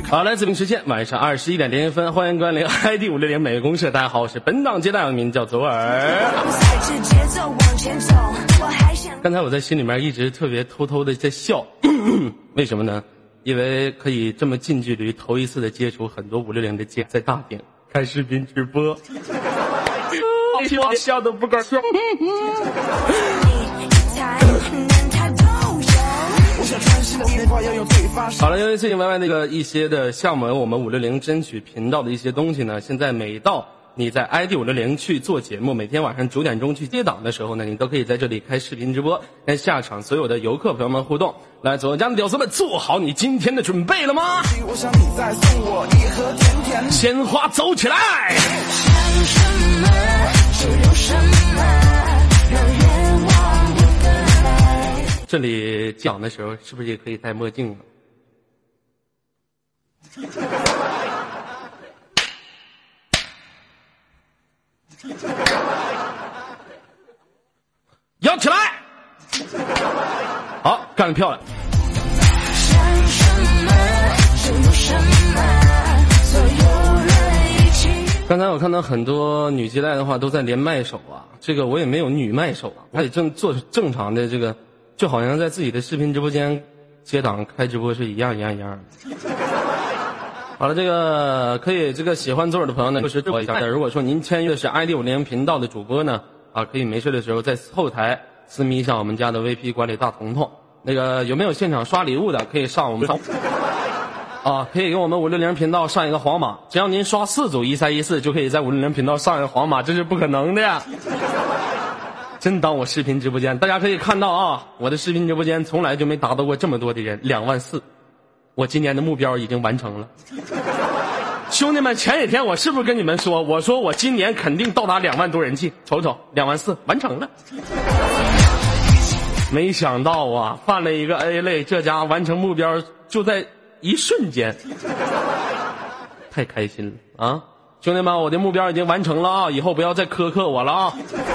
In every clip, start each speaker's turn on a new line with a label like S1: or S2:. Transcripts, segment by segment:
S1: 好，来自北京时间晚上21点0分，欢迎光临 ID560美味公社。大家好，我是本档接待的名叫左耳。刚才我在心里面一直特别偷偷的在笑，为什么呢？因为可以这么近距离头一次的接触很多560的姐在大厅开视频直播，笑都不敢笑。好了，因为最近歪歪那个一些的项目，我们560争取频道的一些东西呢，现在每到你在 ID560去做节目，每天晚上9点钟去接档的时候呢，你都可以在这里开视频直播，跟下场所有的游客朋友们互动。来，左家的屌丝们，做好你今天的准备了吗？鲜花走起来！这里讲的时候是不是也可以戴墨镜呢？摇起来！好，干得漂亮！刚才我看到很多女接待的话都在连麦手啊，这个我也没有女麦手啊，还得做正常的这个。就好像在自己的视频直播间接档开直播是一样的。好了，这个可以，这个喜欢左耳的朋友呢，就是说一下，如果说您签约的是 ID560频道的主播呢，可以没事的时候在后台私密一下我们家的 VP 管理大彤彤。那个有没有现场刷礼物的，可以上我们可以给我们560频道上一个黄马，只要您刷4组1314就可以在560频道上一个黄马，这是不可能的呀。真当我视频直播间，大家可以看到啊，我的视频直播间从来就没达到过这么多的人，24000，我今年的目标已经完成了。兄弟们，前几天我是不是跟你们说，我说我今年肯定到达2万多人气，瞅瞅24000完成了。没想到啊，犯了一个 A 类，这家完成目标就在一瞬间，太开心了啊！兄弟们，我的目标已经完成了啊，以后不要再苛刻我了啊。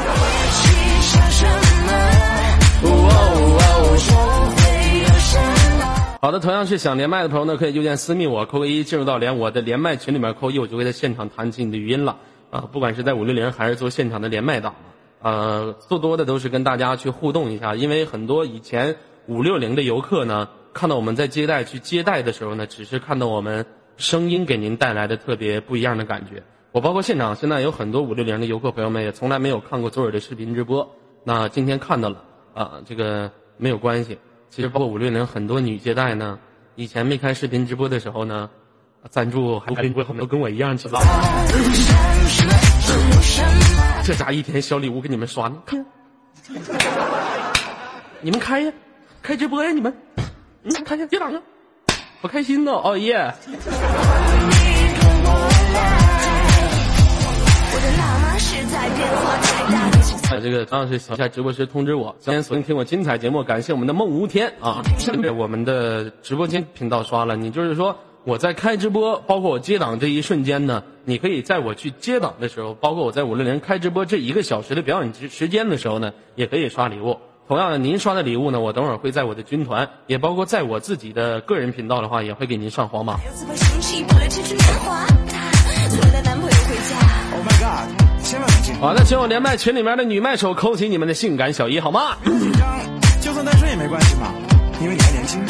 S1: 好的，同样是想连麦的朋友呢，可以右键私密我，扣个1进入到我的连麦群里面，扣1我就会在现场弹起你的语音了不管是在560还是做现场的连麦档做多的都是跟大家去互动一下，因为很多以前560的游客呢，看到我们在接待的时候呢，只是看到我们声音给您带来的特别不一样的感觉。我包括现场现在有很多560的游客朋友们也从来没有看过左耳的视频直播，那今天看到了这个没有关系。其实包括560很多女接待呢，以前没开视频直播的时候呢，赞助还都跟我一样去了。这家一天小礼物给你们刷呢，看你们开呀，开直播呀，你们开呀，接档啊，好开心哦，哦耶！这个当然是小夏直播时通知我，今天锁定听我精彩节目，感谢我们的梦无天我们的直播间频道刷了。你就是说我在开直播，包括我接档这一瞬间呢，你可以在我去接档的时候，包括我在560开直播这1个小时的表演时间的时候呢，也可以刷礼物。同样的，您刷的礼物呢，我等会儿会在我的军团，也包括在我自己的个人频道的话，也会给您上黄马。好的，请我连麦群里面的女麦手扣起你们的性感小姨好吗？
S2: 紧张，就算单身也没关系嘛，因为你还年轻。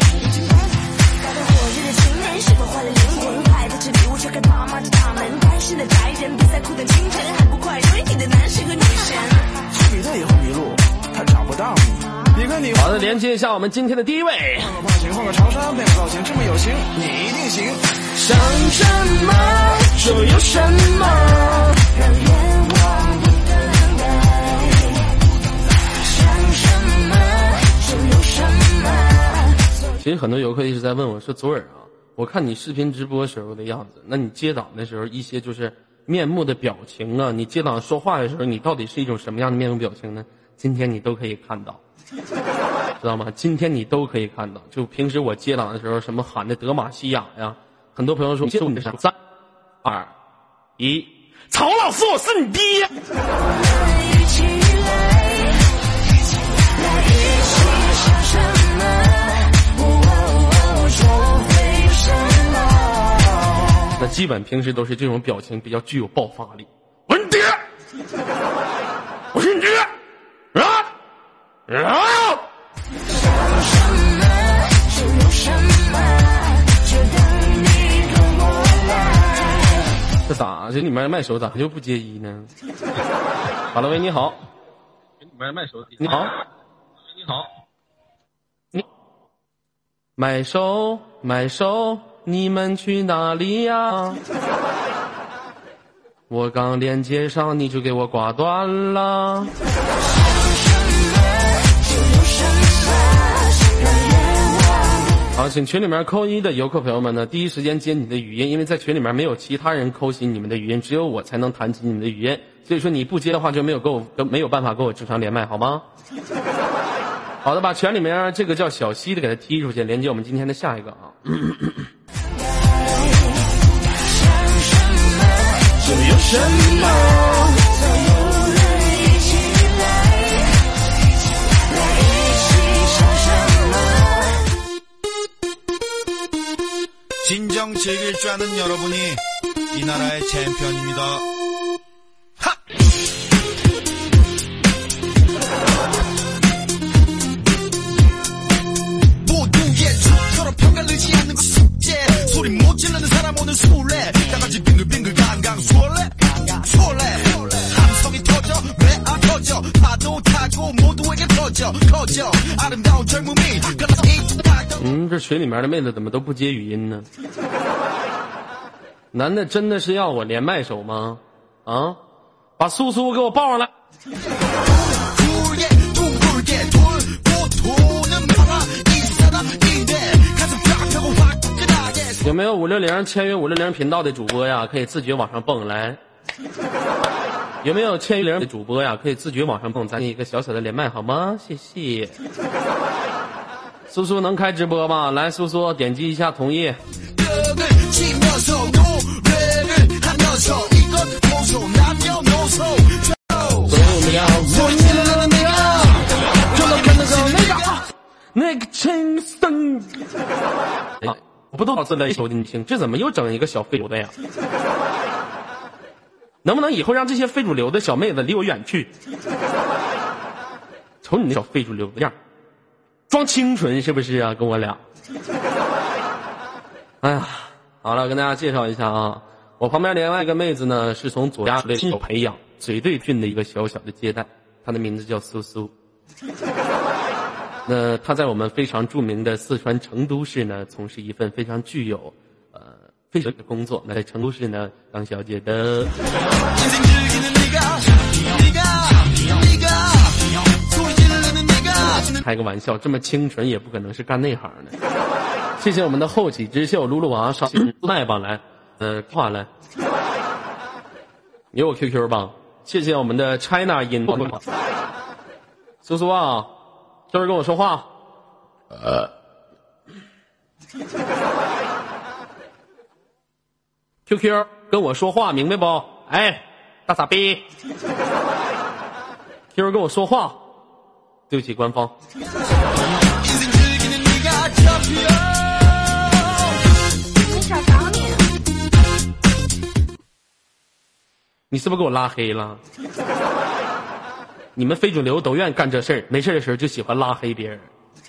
S2: 去比赛以后迷路，他找不到你。你看你。
S1: 好的，连接一下我们今天的第一位。
S2: 换个发型，换个长衫，变个造型，这么有型，你一定行。
S1: 想什么就有什么，让愿望不得来。想什么就有什么。其实很多游客一直在问我说，左耳啊，我看你视频直播时候的样子，那你接档的时候一些就是面目的表情啊，你接档说话的时候，你到底是一种什么样的面目表情呢？今天你都可以看到，知道吗？今天你都可以看到。就平时我接档的时候，什么喊的德玛西亚呀，很多朋友说接你的上3、2、1，曹老师，我是你爹。 基本平时都是这种表情，比较具有爆发力。我是你爹，我是你爹，这咋？这里面卖手咋就不接一呢？好了，喂，你好。里面卖手，你好，你好，你买手，你们去哪里呀？我刚连接上，你就给我挂断了。好，请群里面扣一的游客朋友们呢，第一时间接你的语音，因为在群里面没有其他人扣起你们的语音，只有我才能弹起你们的语音，所以说你不接的话就没有办法跟我正常连麦，好吗？好的，把群里面这个叫小西的给他踢出去，连接我们今天的下一个啊。就有什么
S2: 진정 즐길 줄 아는 여러분이 이 나라의 챔피언입니다. 하! 모두의 죽처럼 평가를 지 않는 그 숙제 소리 못 지르는 사람 오늘 술래 다같이 빙글빙글 강강 수월래 함성이 터져 왜 안 터져 파도 타고 모두에게 터져 커져 아름다운 젊음이 갈라서
S1: 这群里面的妹子怎么都不接语音呢？男的真的是要我连麦手吗？啊，把苏苏给我抱上来。有没有560签约560频道的主播呀？可以自觉往上蹦来。有没有签约的主播呀？可以自觉往上蹦，咱一个小小的连麦好吗？谢谢。苏苏能开直播吗？来，苏苏点击一下同意。那个陈生，我不都自来熟的，你听，这怎么又整一个小非主流的呀？能不能以后让这些非主流的小妹子离我远去？瞅你那小非主流的样，装清纯是不是啊？跟我俩。哎呀，好了，跟大家介绍一下啊，我旁边另外一个妹子呢，是从左家亲手培养、嘴对俊的一个小小的接待，她的名字叫苏苏。那她在我们非常著名的四川成都市呢，从事一份非常具有非常的工作，那在成都市呢当小姐的。开个玩笑，这么清纯也不可能是干内行的。谢谢我们的后起之秀露露王上麦吧，来，话来，有我 QQ 吧？谢谢我们的 China 音，苏苏啊，这会跟我说话。QQ 跟我说话，明白不？哎，大傻逼 ！QQ 跟我说话，对不起，官方。
S3: 没少找你。
S1: 你是不是给我拉黑了？你们非主流都愿意干这事儿，没事的时候就喜欢拉黑别人。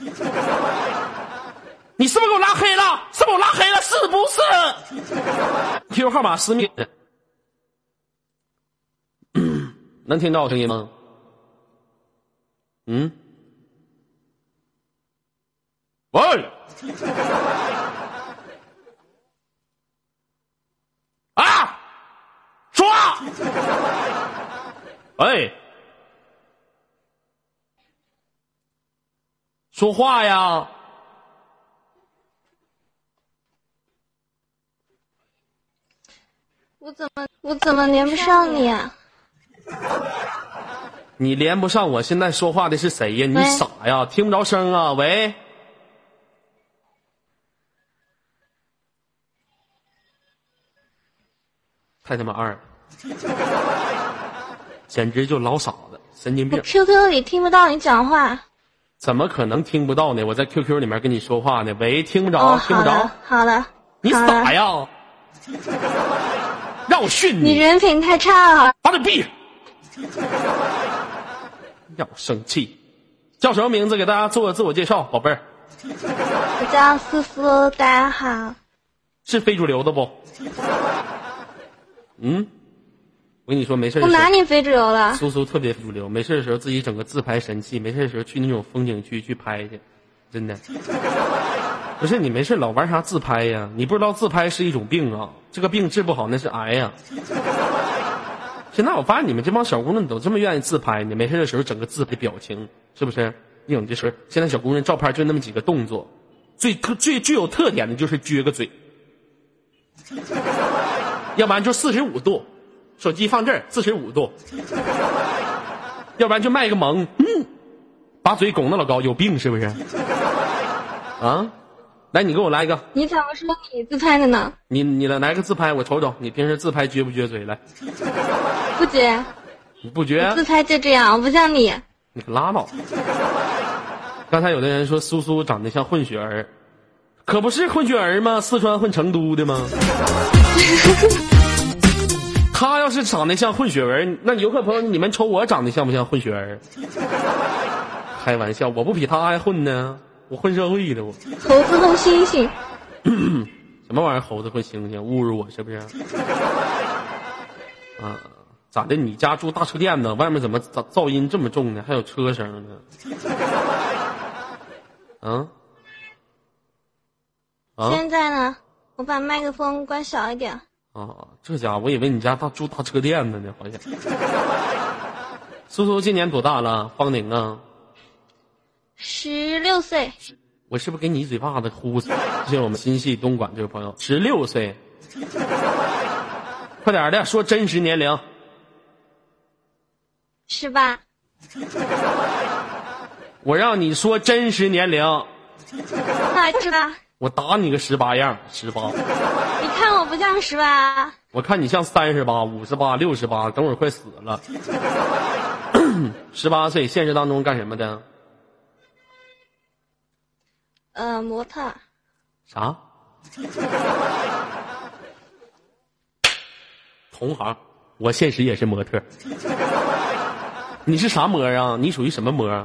S1: 你是不是给我拉黑了？是不是我拉黑了？是不是 ？QQ 号码私密。能听到我声音吗？嗯？喂！啊！说话！喂！说话呀！
S3: 我怎么连不上你啊？
S1: 你连不上我，现在说话的是谁呀？你傻呀？听不着声啊？喂，太他妈二了，简直就老傻子，神经病。
S3: 我 QQ 里听不到你讲话。
S1: 怎么可能听不到呢？我在 QQ 里面跟你说话呢。喂，听不着，
S3: 哦，
S1: 听不着。
S3: 好了，
S1: 你傻呀？ 让我训
S3: 你人品太差了。
S1: 把嘴闭上！让我生气。叫什么名字？给大家做个自我介绍，宝贝儿。
S3: 我叫苏苏，大家好。
S1: 是非主流的不？我跟你说，没事。
S3: 我哪里非主流了？
S1: 苏苏特别主流，没事的时候自己整个自拍神器，没事的时候去那种风景区去拍去，真的。不是你没事老玩啥自拍呀？你不知道自拍是一种病啊，这个病治不好那是癌呀。现在我发现你们这帮小姑娘都这么愿意自拍，你没事的时候整个自拍表情，是不是？有就是现在小姑娘照片就那么几个动作，最具有特点的就是撅个嘴，要不然就45度，手机放这儿45度，要不然就卖个萌，把嘴拱那老高，有病是不是？啊，来你给我来一个。
S3: 你怎么说你自拍的呢？
S1: 你来个自拍，我瞅瞅，你平时自拍撅不撅嘴来？
S3: 不撅。
S1: 你不撅？
S3: 自拍就这样，我不像你。
S1: 你可拉倒。刚才有的人说苏苏长得像混血儿，可不是混血儿吗？四川混成都的吗？他要是长得像混血儿，那游客朋友你们瞅我长得像不像混血儿？开玩笑，我不比他还混呢，我混社会的我。
S3: 猴子混猩猩。
S1: 什么玩意儿？猴子混猩猩？侮辱我是不是？啊，咋的？你家住大车店呢？外面怎么噪音这么重呢？还有车声呢？
S3: 现在呢？我把麦克风关小一点。
S1: 啊，这家伙，我以为你家住大车店呢，好像。苏苏今年多大了？芳龄啊
S3: ？16岁。
S1: 我是不是给你一嘴巴子呼死？谢谢我们新系东莞这位朋友，16岁。快点的，说真实年龄。
S3: 18。
S1: 我让你说真实年龄。
S3: 那18。
S1: 我打你个18样，18。
S3: 你看我不像18。
S1: 我看你像38、58、68，等会儿快死了。18岁，现实当中干什么的？
S3: 模特。
S1: 啥？同行，我现实也是模特。你是啥模啊？你属于什么模？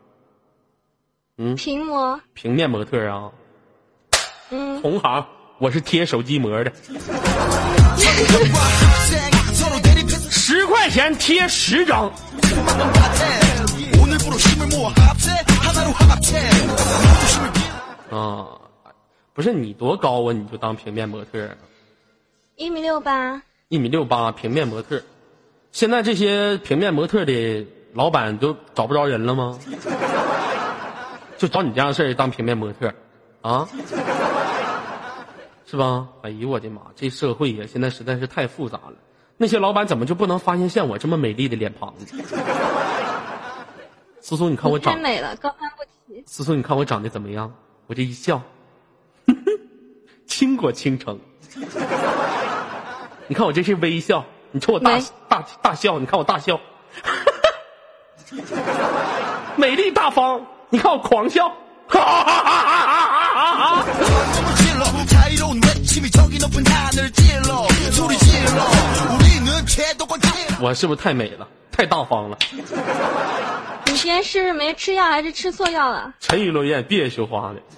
S3: 平模。
S1: 平面模特啊？同行，我是贴手机膜的。10块钱贴10张。啊，不是你多高啊？你就当平面模特
S3: 1.68米。
S1: 1.68米，平面模特。现在这些平面模特的老板都找不着人了吗？就找你这样的事儿当平面模特啊？是吧？哎呦我的妈！这社会呀，现在实在是太复杂了。那些老板怎么就不能发现像我这么美丽的脸庞呢？苏苏，你看我长
S3: 太美了，高攀不起。
S1: 苏苏，你看我长得怎么样？我这一笑，倾国倾城。你看我这是微笑，你瞅我大笑，你看我大笑，美丽大方。你看我狂笑，我是不是太美了，太大方了？
S3: 你今天是没吃药还是吃错药了？
S1: 沉鱼落雁，别说话的。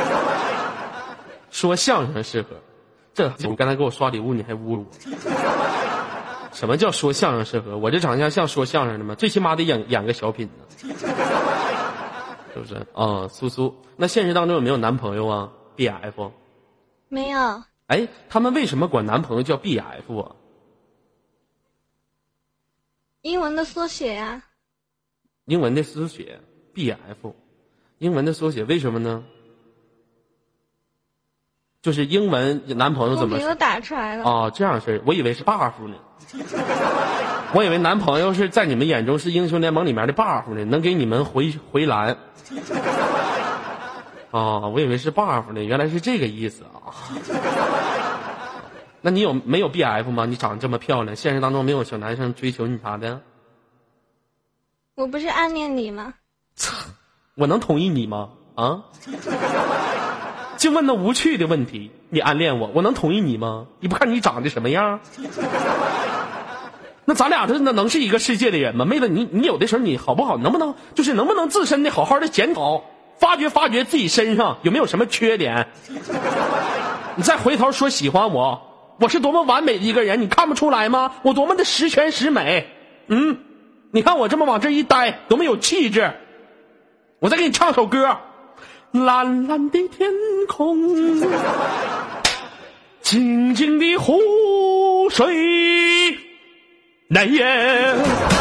S1: 说相声适合，这你刚才给我刷礼物，你还侮辱我？什么叫说相声适合？我这长相像说相声的吗？最起码得演个小品呢，是不是？啊，苏苏，那现实当中有没有男朋友啊 ？BF
S3: 没有。
S1: 哎，他们为什么管男朋友叫 BF 啊？
S3: 英文的缩写呀。
S1: 英文的缩写 BF， 英文的缩写为什么呢？就是英文男朋友怎么
S3: 都打出来了
S1: 啊？这样是，我以为是 buff 呢。我以为男朋友是在你们眼中是英雄联盟里面的 buff 呢，能给你们回蓝。啊，我以为是 buff 呢，原来是这个意思啊。那你没有 BF 吗？你长得这么漂亮，现实当中没有小男生追求你啥的？
S3: 我不是暗恋你吗？
S1: 我能同意你吗？啊？
S4: 净问那无趣的问题。你暗恋我，我能同意你吗？你不看你长得什么样？那咱俩这能是一个世界的人吗？妹子，你有的时候你好不好，能不能自身的好好的检讨，发掘自己身上有没有什么缺点？你再回头说喜欢我，我是多么完美的一个人，你看不出来吗？我多么的十全十美。你看我这么往这一待，多么有气质。我再给你唱首歌，蓝蓝的天空，静静的湖水，那夜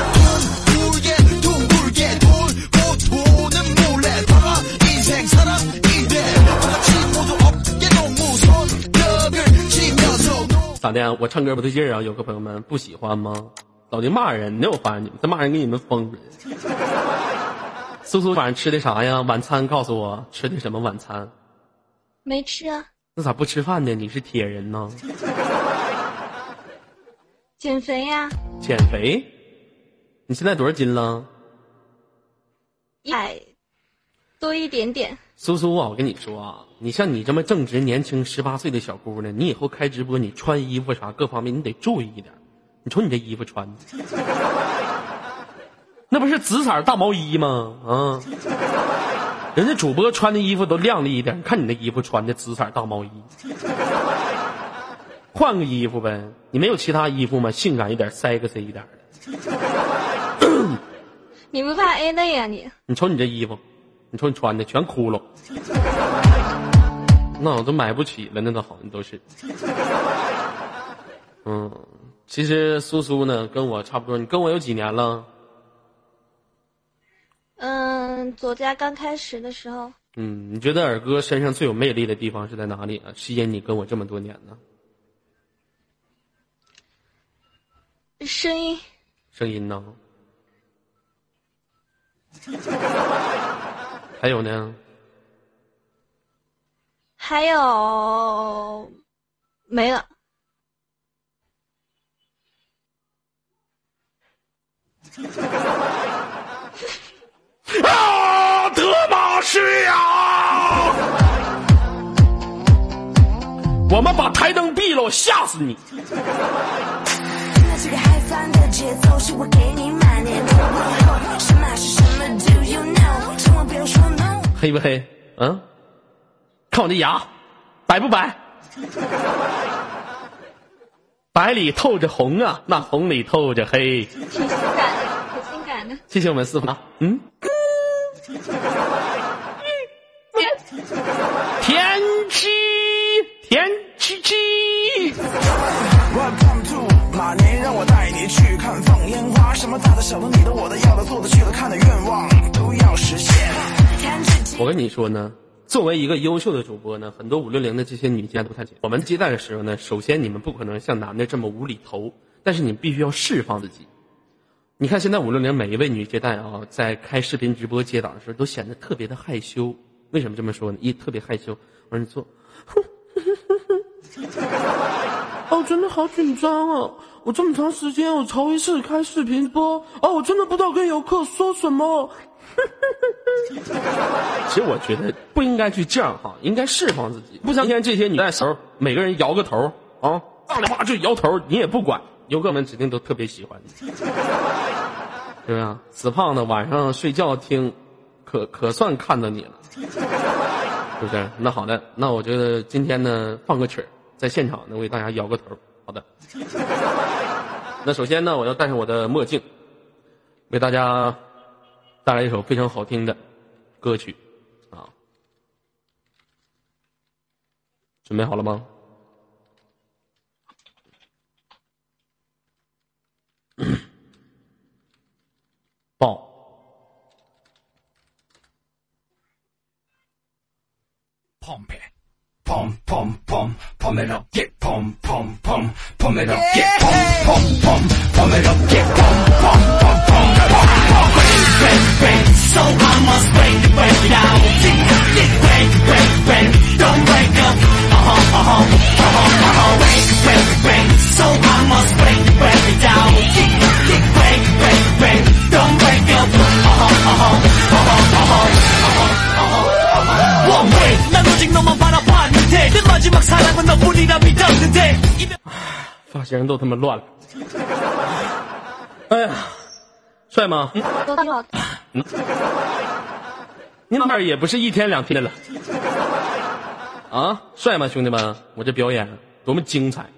S4: 咋的？我唱歌不对劲儿啊！有个朋友们不喜欢吗？老弟骂人呢，我发现你们这骂人给你们疯了。苏苏晚上吃的啥呀？晚餐告诉我吃的什么晚餐？
S3: 没吃啊。
S4: 那咋不吃饭呢？你是铁人呢？
S3: 减肥呀。
S4: 减肥？你现在多少斤了
S3: ？100多一点点。
S4: 苏苏啊，我跟你说啊，你像你这么正直年轻18岁的小姑娘，你以后开直播你穿衣服啥各方面你得注意一点。你瞅你这衣服穿的，那不是紫色大毛衣吗？人家主播穿的衣服都靓丽一点，看你那衣服穿的紫色大毛衣，换个衣服呗。你没有其他衣服吗？性感一点sexy一点的。
S3: 你不怕 A 类啊你？
S4: 你瞅你这衣服，你瞅你穿的全窟窿，那我都买不起了，那都好像都是。其实苏苏呢跟我差不多，你跟我有几年了？
S3: 左家刚开始的时候。
S4: 你觉得尔哥身上最有魅力的地方是在哪里啊？吸引你跟我这么多年呢？
S3: 声音。
S4: 声音呢？还有呢？
S3: 还有没了。
S4: 啊！德玛西亚！我们把台灯闭了，我吓死你！
S5: 这个嗨翻的节奏是我给你满年的问候，什么是什么 Do you know？ 千万不要说 no。
S4: 黑不黑？看我这牙，白不白？白里透着红啊，那红里透着黑。
S3: 挺性感的，挺性感的。
S4: 谢谢我们四方。天气
S2: Welcome to 马年，让我带你去看放烟花，什么大的小的你的我的要的做的去了看的愿望都要实现。
S4: 我跟你说呢，作为一个优秀的主播呢，很多560的这些女家都不太解。我们接待的时候呢，首先你们不可能像男的这么无厘头，但是你必须要释放自己。你看现在560每一位女接待啊，在开视频直播接档的时候都显得特别的害羞。为什么这么说呢？特别害羞，往那坐，哦，真的好紧张啊！我这么长时间，我头一次开视频播，我真的不知道跟游客说什么。其实我觉得不应该去这样哈，应该释放自己。不像今天这些女的时候，每个人摇个头啊，上来话就摇头，你也不管，游客们指定都特别喜欢你，对吧？死胖子晚上睡觉听，可算看到你了，是不是？那好的，那我觉得今天呢放个曲儿，在现场呢为大家摇个头。好的，那首先呢，我要戴上我的墨镜，为大家带来一首非常好听的歌曲啊！准备好了吗？爆
S2: ！Pump it, pump, pump, pump, pump it up, get pump, pump, pump, pump it up, get pump, pump, pump, pump it up, get pump, pump, pump, pump, pump, bang, bang, so I must break it out. Get break, don't break up. Bang, so I must break it out. Get break, don't break up. One way, 난 오직 너만 바라봐. 돼 내 마지막 사랑은 너뿐이라 믿었는데
S4: 发型都他妈乱了。哎呀，帅吗？
S3: 都挺好。
S4: 你那也不是一天两天的了。啊，帅吗，兄弟们？我这表演多么精彩，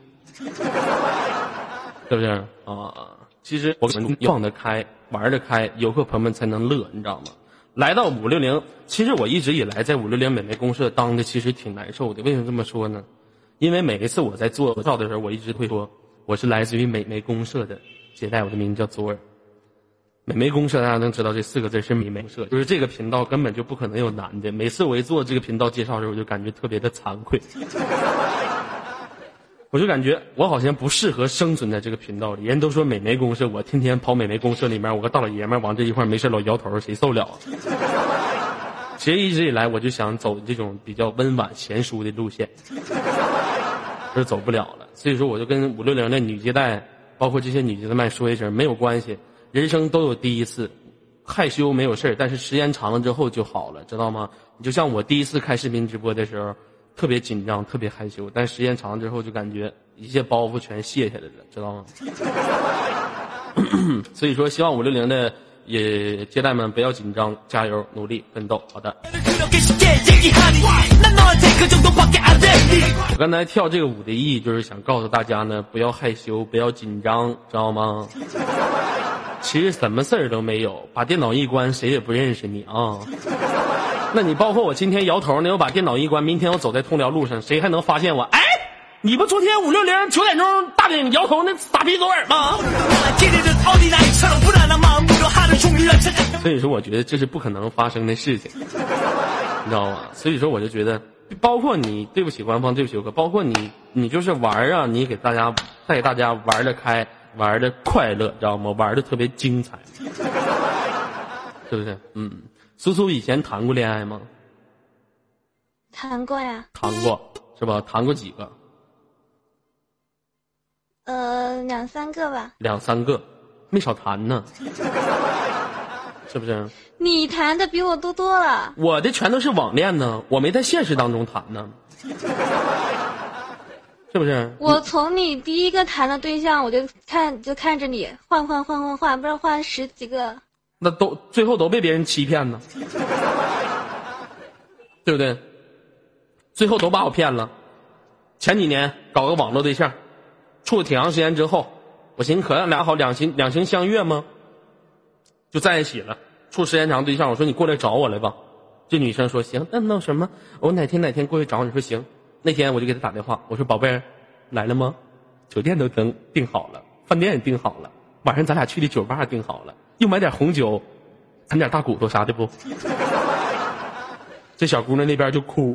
S4: 是不是啊？其实我们放得开，玩得开，游客朋友们才能乐，你知道吗？来到560，其实我一直以来在560美眉公社当的其实挺难受的。为什么这么说呢？因为每一次我在做合照的时候，我一直会说我是来自于美眉公社的接待，我的名字叫左耳。美眉公社大家能知道这4个字是美眉公社，就是这个频道根本就不可能有男的。每次我一做这个频道介绍的时候，我就感觉特别的惭愧，我就感觉我好像不适合生存在这个频道里。人都说美眉公社，我天天跑美眉公社里面，我个大老爷们往这一块没事老摇头，谁受了啊？其实一直以来我就想走这种比较温婉贤淑的路线，可是走不了了。所以说我就跟560的女接待，包括这些女接待们说一声，没有关系，人生都有第一次，害羞没有事儿，但是时间长了之后就好了，知道吗？你就像我第一次开视频直播的时候，特别紧张，特别害羞，但时间长了之后就感觉一些包袱全卸下来了，知道吗？所以说希望560的也接待们不要紧张，加油努力奋斗。好的，我刚才跳这个舞的意义就是想告诉大家呢，不要害羞，不要紧张，知道吗？其实什么事儿都没有，把电脑一关谁也不认识你啊。那你包括我今天摇头呢，我把电脑一关，明天我走在通辽路上，谁还能发现我？哎，你不昨天560 9点钟大顶摇头那傻逼左耳吗？所以说我觉得这是不可能发生的事情，你知道吗？所以说我就觉得包括你对不起官方，对不起游客，包括你就是玩啊，你给大家带大家玩得开，玩得快乐，知道吗？玩得特别精彩，是不是？苏苏以前谈过恋爱吗？
S3: 谈过呀。
S4: 谈过是吧？谈过几个
S3: ？2、3个吧。
S4: 2、3个，没少谈呢，是不是？
S3: 你谈的比我多了。
S4: 我的全都是网恋呢，我没在现实当中谈呢，是不是？
S3: 我从你第一个谈的对象，我就看着你换，不知道换10几个。
S4: 那都最后都被别人欺骗呢，对不对？最后都把我骗了。前几年搞个网络对象，处了挺长时间之后，我寻思可让俩好两情相悦吗？就在一起了。处时间长对象，我说你过来找我来吧。这女生说行，那什么，我哪天过去找你。说行。那天我就给她打电话，我说宝贝儿来了吗？酒店都订好了，饭店也订好了，晚上咱俩去的酒吧订好了，又买点红酒，啃点大骨头啥的不？这小姑娘那边就哭，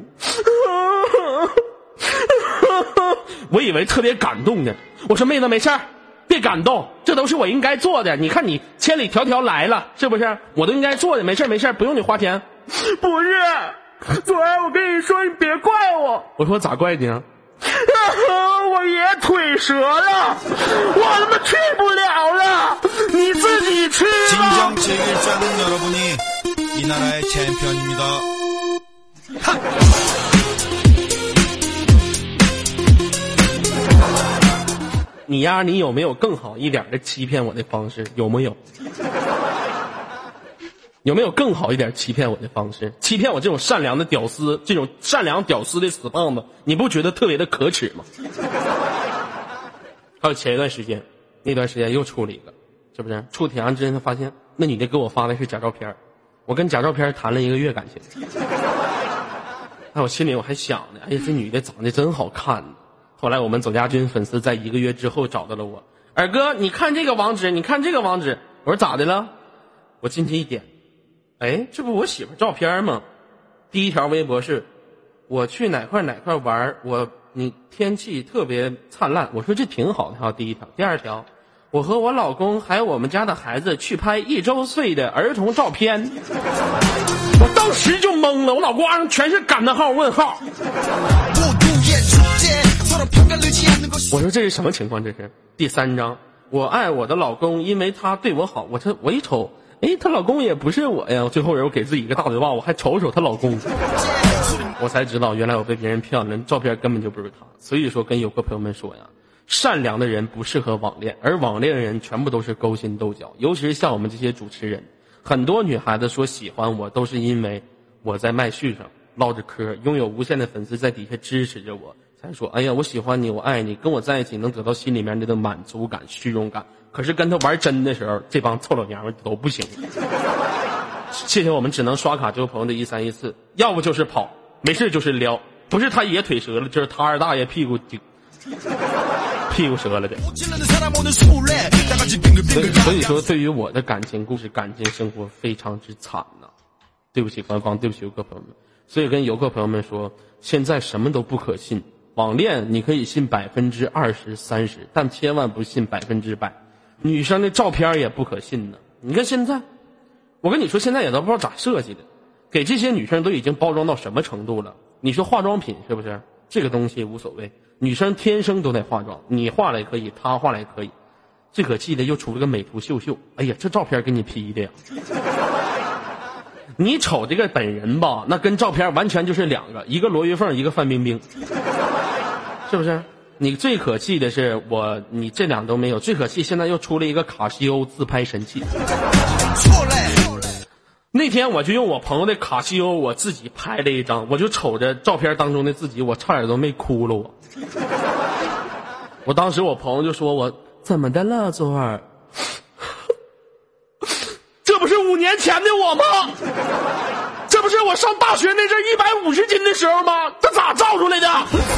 S4: 我以为特别感动呢。我说妹子没事儿，别感动，这都是我应该做的。你看你千里迢迢来了，是不是？我都应该做的，没事，不用你花钱。不是，昨儿我跟你说，你别怪我。我说咋怪你啊？我爷腿折了，我他妈去不了了，你自己去吧。
S6: 진정체육일장 여러분이 이 나라의 챔피언입니다. 하!
S4: 你呀，你有没有更好一点的欺骗我的方式？有没有？有没有更好一点欺骗我的方式？欺骗我这种善良的屌丝，这种善良屌丝的死胖子，你不觉得特别的可耻吗？还有前一段时间，那段时间又处了一个，是不是？处挺长之前，发现那女的给我发的是假照片，我跟假照片谈了1个月感情。哎，我心里我还想呢，哎呀，这女的长得真好看呢。后来我们左家军粉丝在1个月之后找到了我，二哥，你看这个网址，你看这个网址。我说咋的了？我进去一点，哎，这不我媳妇照片吗？第一条微博是，我去哪块玩，你天气特别灿烂。我说这挺好的哈。第一条，第二条，我和我老公还有我们家的孩子去拍1周岁的儿童照片。我当时就懵了，我脑瓜上全是感叹号问号。我说这是什么情况？这是第3章，我爱我的老公，因为他对我好。我一瞅， 哎，她老公也不是我呀。最后人我给自己一个大嘴巴，我还瞅瞅她老公，我才知道原来我被别人骗了，照片根本就不是她。所以说跟游客朋友们说呀，善良的人不适合网恋，而网恋的人全部都是勾心斗角。尤其是像我们这些主持人，很多女孩子说喜欢我，都是因为我在麦序上唠着嗑，拥有无限的粉丝在底下支持着我，才说哎呀我喜欢你，我爱你，跟我在一起能得到心里面的满足感、虚荣感。可是跟他玩真的时候，这帮臭老娘们都不行。谢谢我们只能刷卡交朋友的1314，要不就是跑，没事就是撩，不是他爷腿折了，就是他二大爷屁股折了的。所以说对于我的感情故事、感情生活非常之惨呐。对不起官方，对不起游客朋友们。所以跟游客朋友们说，现在什么都不可信，网恋你可以信20%、30%，但千万不信100%。女生的照片也不可信呢。你看现在，我跟你说，现在也都不知道咋设计的，给这些女生都已经包装到什么程度了？你说化妆品是不是？这个东西无所谓，女生天生都得化妆，你化了也可以，她化了也可以。最可气的又出了个美图秀秀，哎呀，这照片给你 P 的呀！你瞅这个本人吧，那跟照片完全就是两个，一个罗玉凤，一个范冰冰，是不是？你最可气的是你这两都没有，最可气现在又出了一个卡西欧自拍神器。那天我就用我朋友的卡西欧，我自己拍了一张，我就瞅着照片当中的自己，我差点都没哭了。我当时我朋友就说我怎么的了，左儿？这不是5年前的我吗？这不是我上大学那阵150斤的时候吗？这咋照出来的？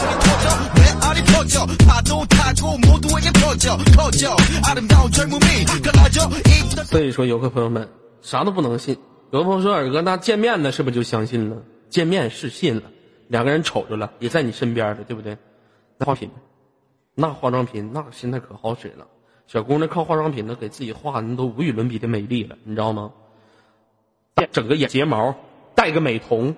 S4: 所以说游客朋友们啥都不能信。有的朋友说尔哥那见面呢是不是就相信了？见面是信了，两个人瞅着了，也在你身边了，对不对？那化妆品那现在可好使了，小姑娘靠化妆品呢给自己画的都无与伦比的美丽了，你知道吗？整个眼睫毛，戴个美瞳，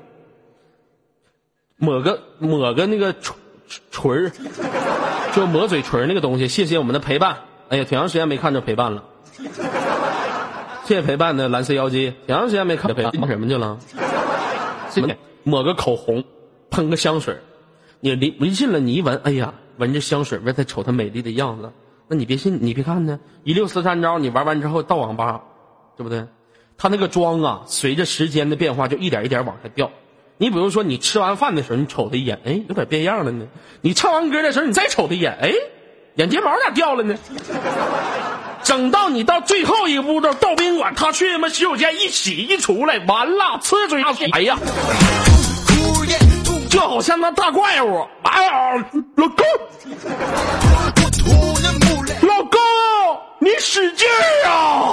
S4: 抹个那个唇儿，就抹嘴唇那个东西。谢谢我们的陪伴，哎呀，挺长时间没看着陪伴了。谢谢陪伴的蓝色妖姬，挺长时间没看着陪伴，忙什么去了？抹个口红，喷个香水，你离近了你一闻，哎呀，闻着香水味再瞅她美丽的样子，那你别信，你别看呢，164招你玩完之后到网吧，对不对？她那个妆啊，随着时间的变化就一点一点往下掉。你比如说你吃完饭的时候你瞅她一眼，哎，有点变样了呢。你唱完歌的时候你再瞅她一眼，哎，眼睫毛咋掉了呢？整到你到最后一个步骤到宾馆，他去他妈洗手间一洗一出来，完了呲嘴哎呀，就好像那大怪物。哎呀，老公你使劲儿啊！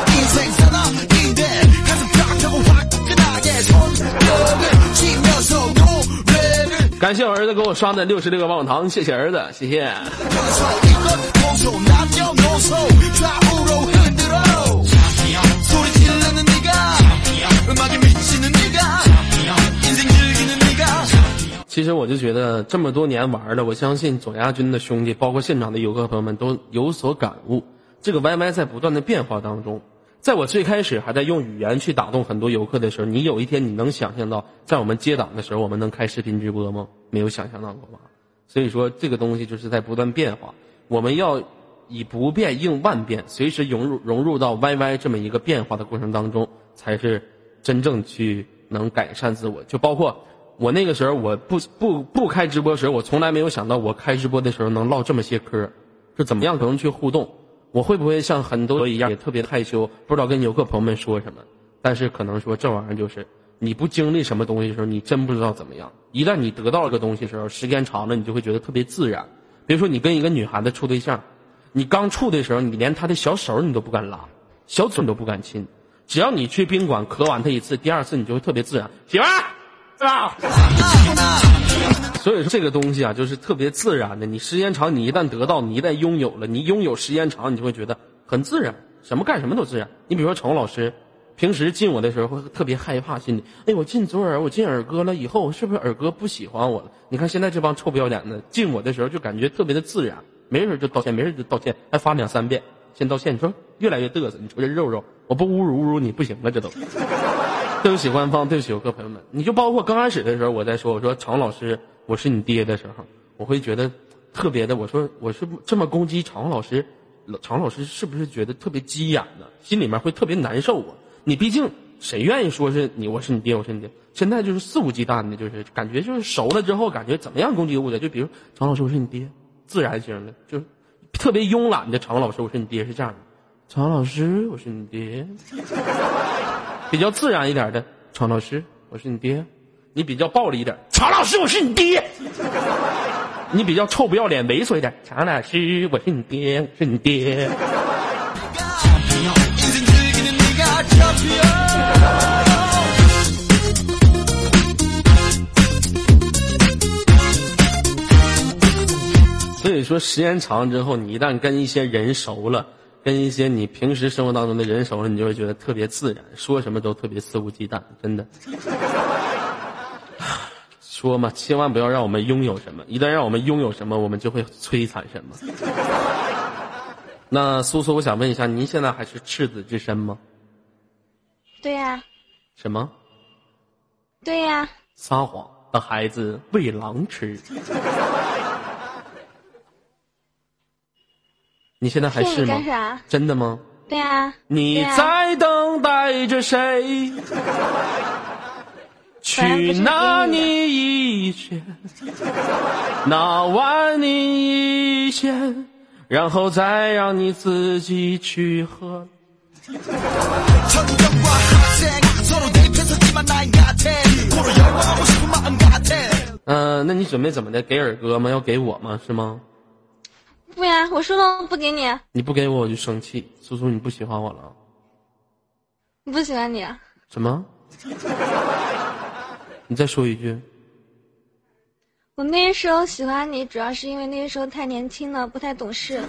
S4: 感谢我儿子给我刷的66个棒棒糖，谢谢儿子，谢谢。其实我就觉得这么多年玩了，我相信左亚军的兄弟包括现场的游客朋友们都有所感悟，这个 YY 在不断的变化当中。在我最开始还在用语言去打动很多游客的时候，你有一天你能想象到在我们接档的时候我们能开视频直播吗？没有想象到过吧。所以说这个东西就是在不断变化，我们要以不变应万变，随时融入到 YY 这么一个变化的过程当中，才是真正去能改善自我。就包括我那个时候我不开直播时，我从来没有想到我开直播的时候能唠这么些嗑，是怎么样可能去互动，我会不会像很多一样也特别害羞，不知道跟游客朋友们说什么。但是可能说这玩意儿就是你不经历什么东西的时候你真不知道怎么样，一旦你得到了个东西的时候，时间长了你就会觉得特别自然。比如说你跟一个女孩子处对象，你刚处的时候你连她的小手你都不敢拉，小嘴你都不敢亲，只要你去宾馆咳完她一次，第二次你就会特别自然，媳妇儿啊。所以说这个东西啊就是特别自然的，你时间长，你一旦得到，你一旦拥有了，你拥有时间长，你就会觉得很自然，什么干什么都自然。你比如说程老师平时进我的时候会特别害怕，心里哎，我进左耳，我进耳哥了，以后是不是耳哥不喜欢我了？你看现在这帮臭不要脸的进我的时候就感觉特别的自然，没事就道歉，没事就道歉，还发2-3遍先道歉。你说越来越嘚瑟，你说这肉肉我不侮辱你不行了，这都。对不起官方，对不起游客朋友们。你就包括刚开始的时候，我在说，我说常老师我是你爹的时候，我会觉得特别的，我说我是这么攻击常老师，常老师是不是觉得特别急眼呢？心里面会特别难受啊。你毕竟谁愿意说是你我是你爹我是你爹？现在就是肆无忌惮的，就是感觉就是熟了之后，感觉怎么样攻击我的？就比如常老师我是你爹，自然型的，就是特别慵懒的常老师我是你爹是这样的。常老师我是你爹。比较自然一点的常老师我是你爹，你比较暴力一点常老师我是你爹，你比较臭不要脸猥琐一点常老师我是你爹我是你爹。所以说时间长之后，你一旦跟一些人熟了，跟一些你平时生活当中的人熟了，你就会觉得特别自然，说什么都特别肆无忌惮，真的。说嘛，千万不要让我们拥有什么，一旦让我们拥有什么，我们就会摧残什么。那苏苏，我想问一下，您现在还是赤子之身吗？
S3: 对呀。
S4: 什么？
S3: 对呀。
S4: 撒谎的孩子喂狼吃。你现在还是吗？
S3: 干啥？
S4: 真的吗？
S3: 对呀。
S4: 你在等待着谁？去拿你一拳，拿完你一线，然后再让你自己去喝。那你准备怎么的？给尔哥吗？要给我吗？是吗？
S3: 不呀，我说了不给你。
S4: 你不给我我就生气，苏苏你不喜欢我了？
S3: 我不喜欢你。
S4: 什么？你再说一句。
S3: 我那时候喜欢你，主要是因为那时候太年轻了，不太懂事。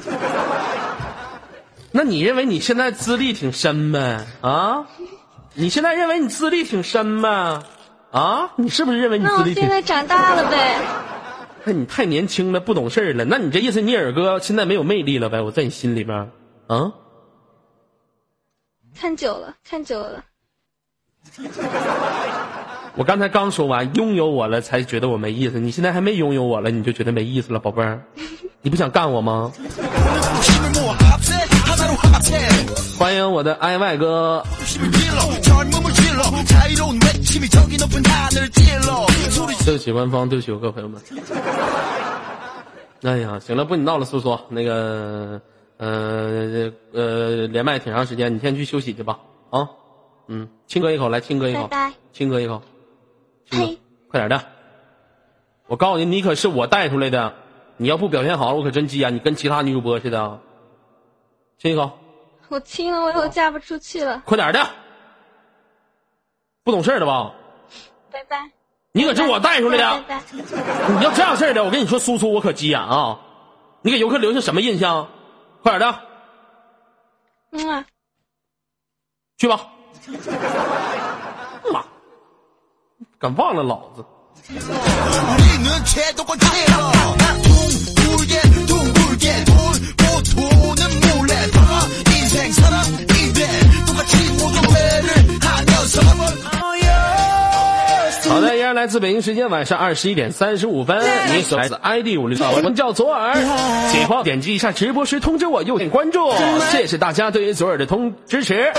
S4: 那你认为你现在资历挺深呗？啊？你现在认为你资历挺深呗？啊？你是不是认为你资历挺？
S3: 那我现在长大了呗。
S4: 那你太年轻了，不懂事了。那你这意思，你尔哥现在没有魅力了呗？我在你心里边，啊？
S3: 看久了，看久了。
S4: 我刚才刚说完，拥有我了才觉得我没意思。你现在还没拥有我了，你就觉得没意思了，宝贝儿？你不想干我吗？欢迎我的爱外哥。对不起官方，对不起各位朋友们。哎呀，行了，不你闹了，苏苏，那个连麦挺长时间，你先去休息去吧，啊，亲哥一口，来亲哥一口，
S3: 拜拜，
S4: 亲哥一口，亲哥，快点的，我告诉你，你可是我带出来的，你要不表现好了，我可真急眼，你跟其他女主播似的，亲一口。
S3: 我亲了，我以后嫁不出去了。
S4: 快点的，不懂事的吧？
S3: 拜拜。
S4: 你可是我带出来的。
S3: 拜拜。
S4: 你要这样式的，我跟你说，苏苏我可急眼啊！你给游客留下什么印象？快点的。去吧。妈，敢忘了老子。好的，依然来自北京时间晚上21点35分，你所来自 ID56，我叫左耳，喜欢点击一下直播时通知我，右点关注，谢谢大家对于左耳的支持，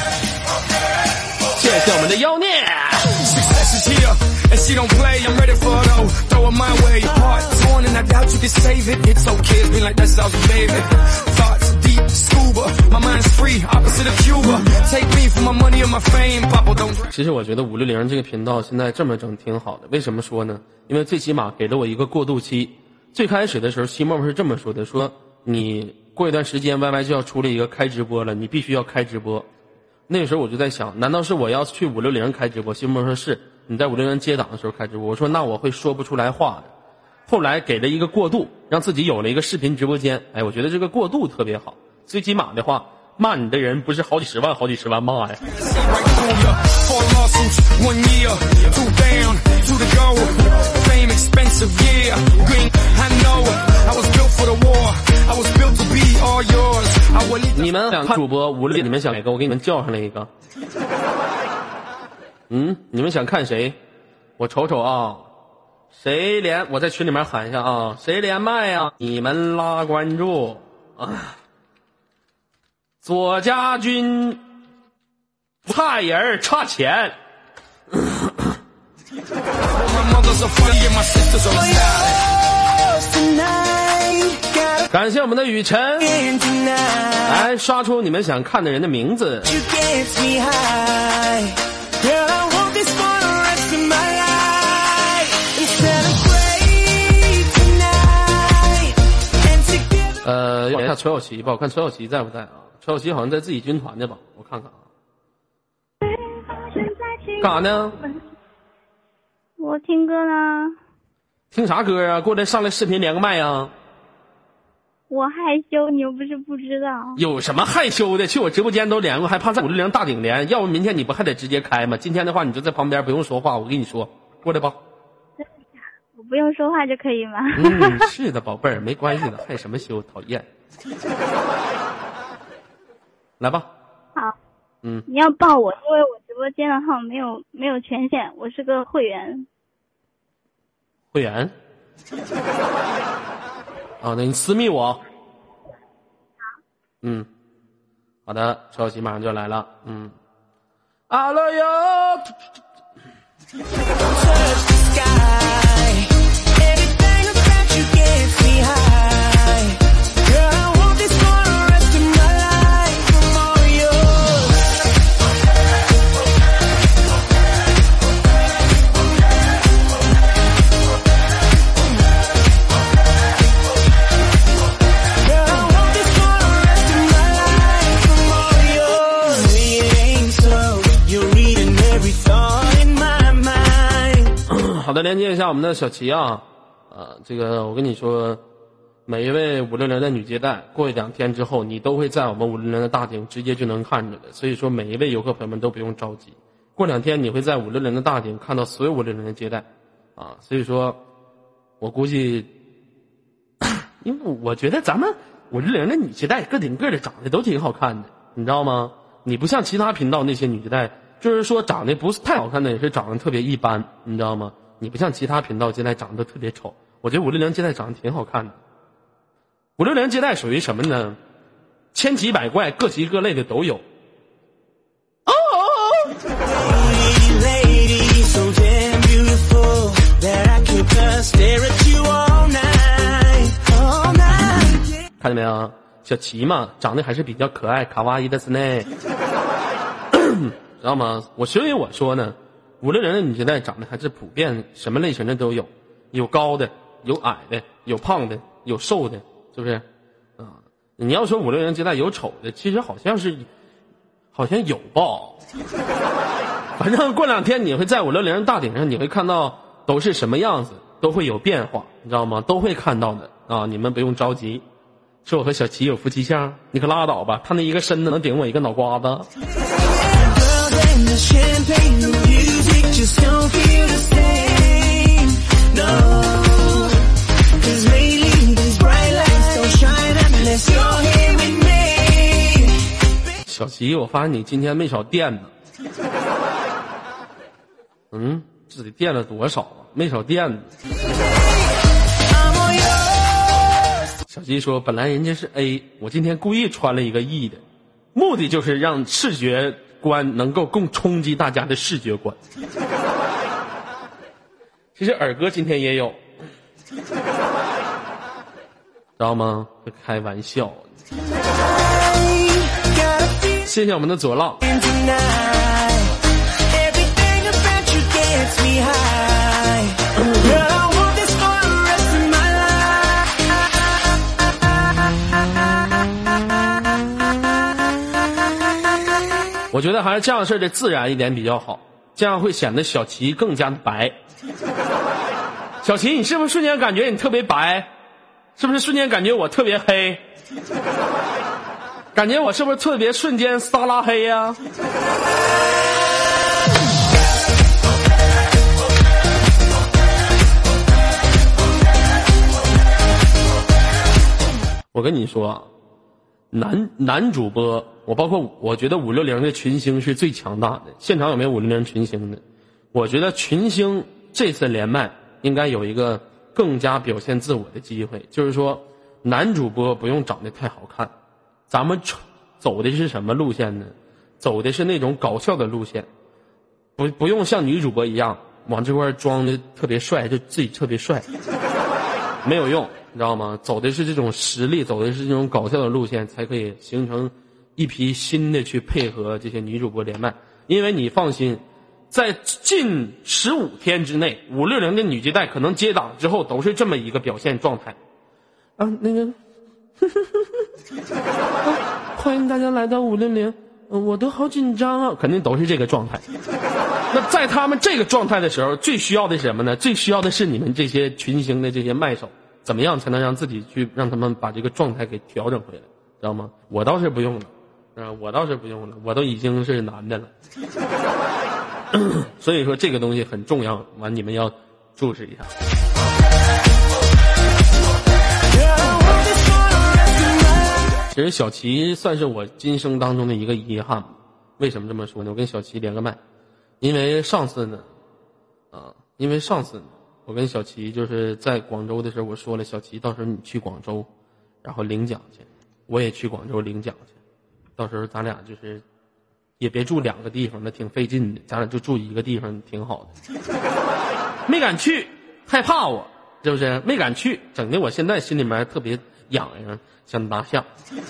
S4: 谢谢我们的妖孽。And she don't play, I'm ready for it all. Throw it my way. Heart torn and I doubt you can save it. It's okay, it's been like that's our baby. Thoughts deep, scuba. My mind's free, opposite of Cuba. Take me for my money and my fame. Papa don't. 其实我觉得560这个频道现在这么整挺好的。为什么说呢？因为最起码给了我一个过渡期。最开始的时候，西莫是这么说的：说你过一段时间 YY 就要出了一个开直播了，你必须要开直播。那个时候我就在想，难道是我要去560开直播？西莫说是。你在560接档的时候开直播，我说那我会说不出来话的。后来给了一个过渡，让自己有了一个视频直播间。哎，我觉得这个过渡特别好。最起码的话，骂你的人不是好几十万骂呀。你你们想看主播无论你们想哪个，我给你们叫上来一个。你们想看谁？我瞅瞅啊，谁连我在群里面喊一下啊，谁连麦啊？你们拉关注啊！左家军差人差钱。感谢我们的雨晨，来刷出你们想看的人的名字。要看崔小琪吧，我看崔小琪在不在啊？崔小琪好像在自己军团的吧，我看看啊。干啥呢？
S7: 我听歌呢。
S4: 听啥歌啊？过来上来视频连个麦啊！
S7: 我害羞，你又不是不知道。
S4: 有什么害羞的？去我直播间都连过，还怕在560大顶连？要不明天你不还得直接开吗？今天的话你就在旁边不用说话，我跟你说，过来吧。
S7: 我不用说话就可以吗？
S4: 是的，宝贝儿，没关系的，害什么羞？讨厌。来吧。
S7: 好。你要报我，因为我直播间的号没有权限，我是个会员。
S4: 会员？啊，那你私密我。好的，超级马上就要来了。阿拉哟。好的，连接一下我们的小齐啊，这个我跟你说，每一位560的女接待，过一2天之后，你都会在我们560的大顶直接就能看着的。所以说，每一位游客朋友们都不用着急，过2天你会在560的大顶看到所有560的接待，啊，所以说，我估计，因为我觉得咱们560的女接待个顶个的长得都挺好看的，你知道吗？你不像其他频道那些女接待，就是说长得不是太好看的，也是长得特别一般，你知道吗？你不像其他频道接待长得特别丑，我觉得560接待长得挺好看的。560接待属于什么呢？千奇百怪、各奇各类的都有。看见没有？小齐嘛，长得还是比较可爱，卡哇伊的是呢。知道吗？所以我说呢，560的女接待长得还是普遍，什么类型的都有，有高的，有矮的，有胖的，有瘦的，是不是？你要说560接待有丑的，其实好像有吧。反正过2天你会在560大顶上，你会看到都是什么样子，都会有变化，你知道吗？都会看到的啊！你们不用着急。说我和小齐有夫妻相，你可拉倒吧，他那一个身子能顶我一个脑瓜子。小齐，我发现你今天没少垫呢。自己垫了多少啊？没少垫呢。小齐说：“本来人家是 A， 我今天故意穿了一个 E 的，目的就是让视觉观能够更冲击大家的视觉观。”其实尔哥今天也有，知道吗？会开玩笑。谢谢我们的左浪。我觉得还是这样式的自然一点比较好，这样会显得小齐更加的白。小齐，你是不是瞬间感觉你特别白？是不是瞬间感觉我特别黑？感觉我是不是特别瞬间撒拉黑呀？我跟你说， 男主播，我觉得560的群星是最强大的。现场有没有560群星的？我觉得群星这次连麦应该有一个更加表现自我的机会，就是说男主播不用长得太好看，咱们走的是什么路线呢？走的是那种搞笑的路线，不用像女主播一样往这块装的特别帅，就自己特别帅，没有用，你知道吗？走的是这种实力，走的是这种搞笑的路线，才可以形成一批新的去配合这些女主播连麦。因为你放心，在近15天之内，560的女接待可能接档之后都是这么一个表现状态。那个欢迎大家来到560，我都好紧张啊，肯定都是这个状态。那在他们这个状态的时候，最需要的是什么呢？最需要的是你们这些群星的这些麦手，怎么样才能让自己去让他们把这个状态给调整回来，知道吗？我倒是不用了，我倒是不用了，我都已经是男的了。所以说这个东西很重要，完你们要注视一下。其实小齐算是我今生当中的一个遗憾。为什么这么说呢？我跟小齐连个麦，因为上次呢我跟小齐就是在广州的时候，我说了，小齐到时候你去广州然后领奖去，我也去广州领奖去，到时候咱俩就是也别住2个地方，那挺费劲的，咱俩就住一个地方挺好的。没敢去，害怕我，是不是？没敢去，整的我现在心里面特别痒痒，像大象。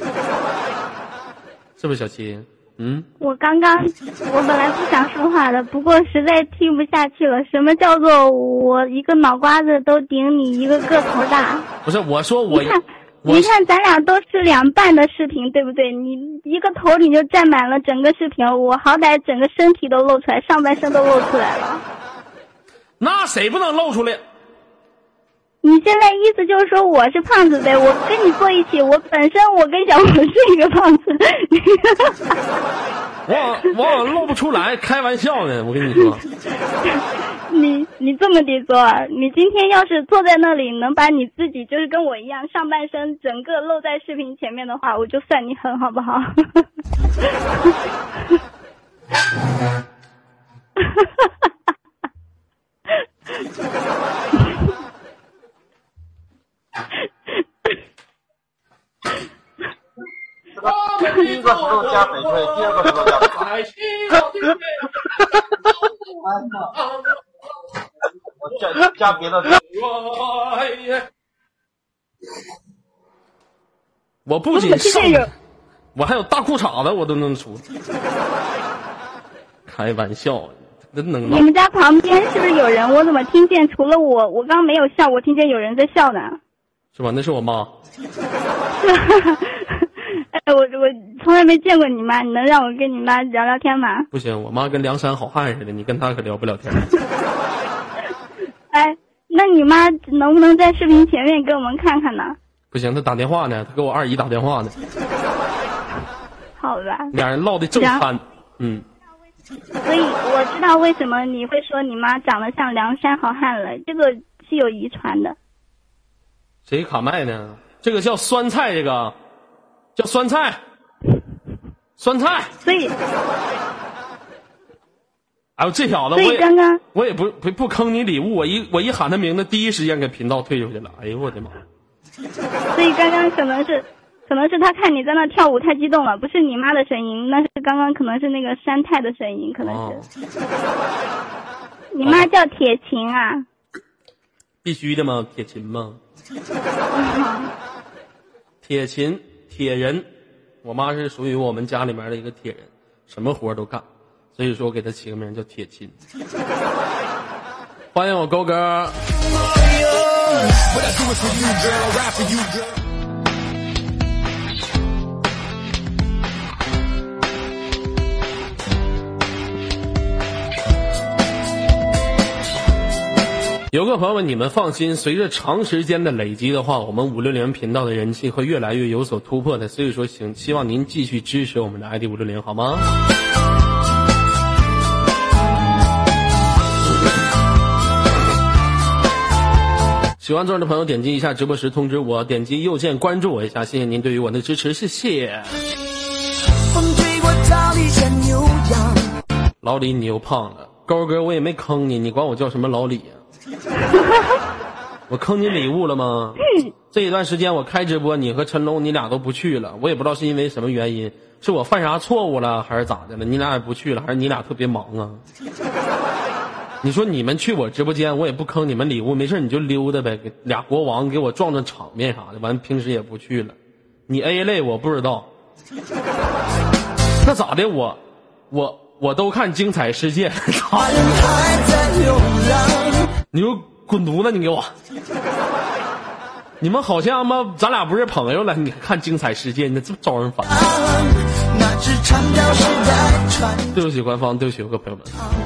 S4: 是不是小齐？
S7: 我本来不想说话的，不过实在听不下去了。什么叫做我一个脑瓜子都顶你一个个头大？
S4: 不是，我说
S7: 你看咱俩都是2半的视频，对不对？你一个头你就占满了整个视频，我好歹整个身体都露出来，上半身都露出来了。
S4: 那谁不能露出来？
S7: 你现在意思就是说我是胖子呗？我跟你坐一起，我本身我跟小虎是一个胖子。
S4: 我露不出来，开玩笑呢，我跟你说。
S7: 你这么地做，你今天要是坐在那里能把你自己就是跟我一样上半身整个露在视频前面的话，我就算你狠，好不好？
S8: 第一个石头加翡翠，第2个石头加翡翠。我加别的。
S4: 我不仅上，我还有大裤衩子，我都能出。开玩笑，真能。
S7: 你们家旁边是不是有人？我怎么听见除了我刚没有笑，我听见有人在笑呢？
S4: 是吧？那是我妈。
S7: 我从来没见过你妈，你能让我跟你妈聊聊天吗？
S4: 不行，我妈跟梁山好汉似的，你跟她可聊不了天。
S7: 哎，那你妈能不能在视频前面给我们看看呢？
S4: 不行，她打电话呢，她给我二姨打电话呢。
S7: 好吧。
S4: 俩人唠的正酣。
S7: 所以我知道为什么你会说你妈长得像梁山好汉了，这个是有遗传的。
S4: 谁卡麦呢？这个叫酸菜，这个叫酸菜。
S7: 所以，
S4: 哎呦，这小子，我也不坑你礼物，我一喊他名字，第一时间给频道退出去了。哎呦我的妈！
S7: 所以刚刚可能是他看你在那跳舞太激动了，不是你妈的声音，那是刚刚可能是那个山太的声音，可能是。你妈叫铁琴啊？
S4: 必须的吗？铁琴吗？铁琴，铁人。我妈是属于我们家里面的一个铁人，什么活都干，所以说我给她起个名叫铁琴。欢迎我勾哥。有个朋友们，你们放心，随着长时间的累积的话，我们560频道的人气会越来越有所突破的，所以说希望您继续支持我们的 ID 560，好吗？ 喜欢做人的朋友点击一下直播时通知我，点击右键关注我一下，谢谢您对于我的支持，谢谢。
S2: 风吹过草地像牛羊。
S4: 老李你又胖了，高哥我也没坑你，你管我叫什么老李啊？我坑你礼物了吗？这一段时间我开直播，你和陈龙你俩都不去了，我也不知道是因为什么原因，是我犯啥错误了还是咋的了？你俩也不去了，还是你俩特别忙啊？你说你们去我直播间，我也不坑你们礼物，没事你就溜达呗，给俩国王给我壮壮场面啥的，完平时也不去了。你 A 类我不知道，那咋的？我都看精彩世界，你就滚犊子！你给我，你们好像吗？咱俩不是朋友了？你看精彩世界，你这么招人烦。对不起官方，对不起各位朋友们。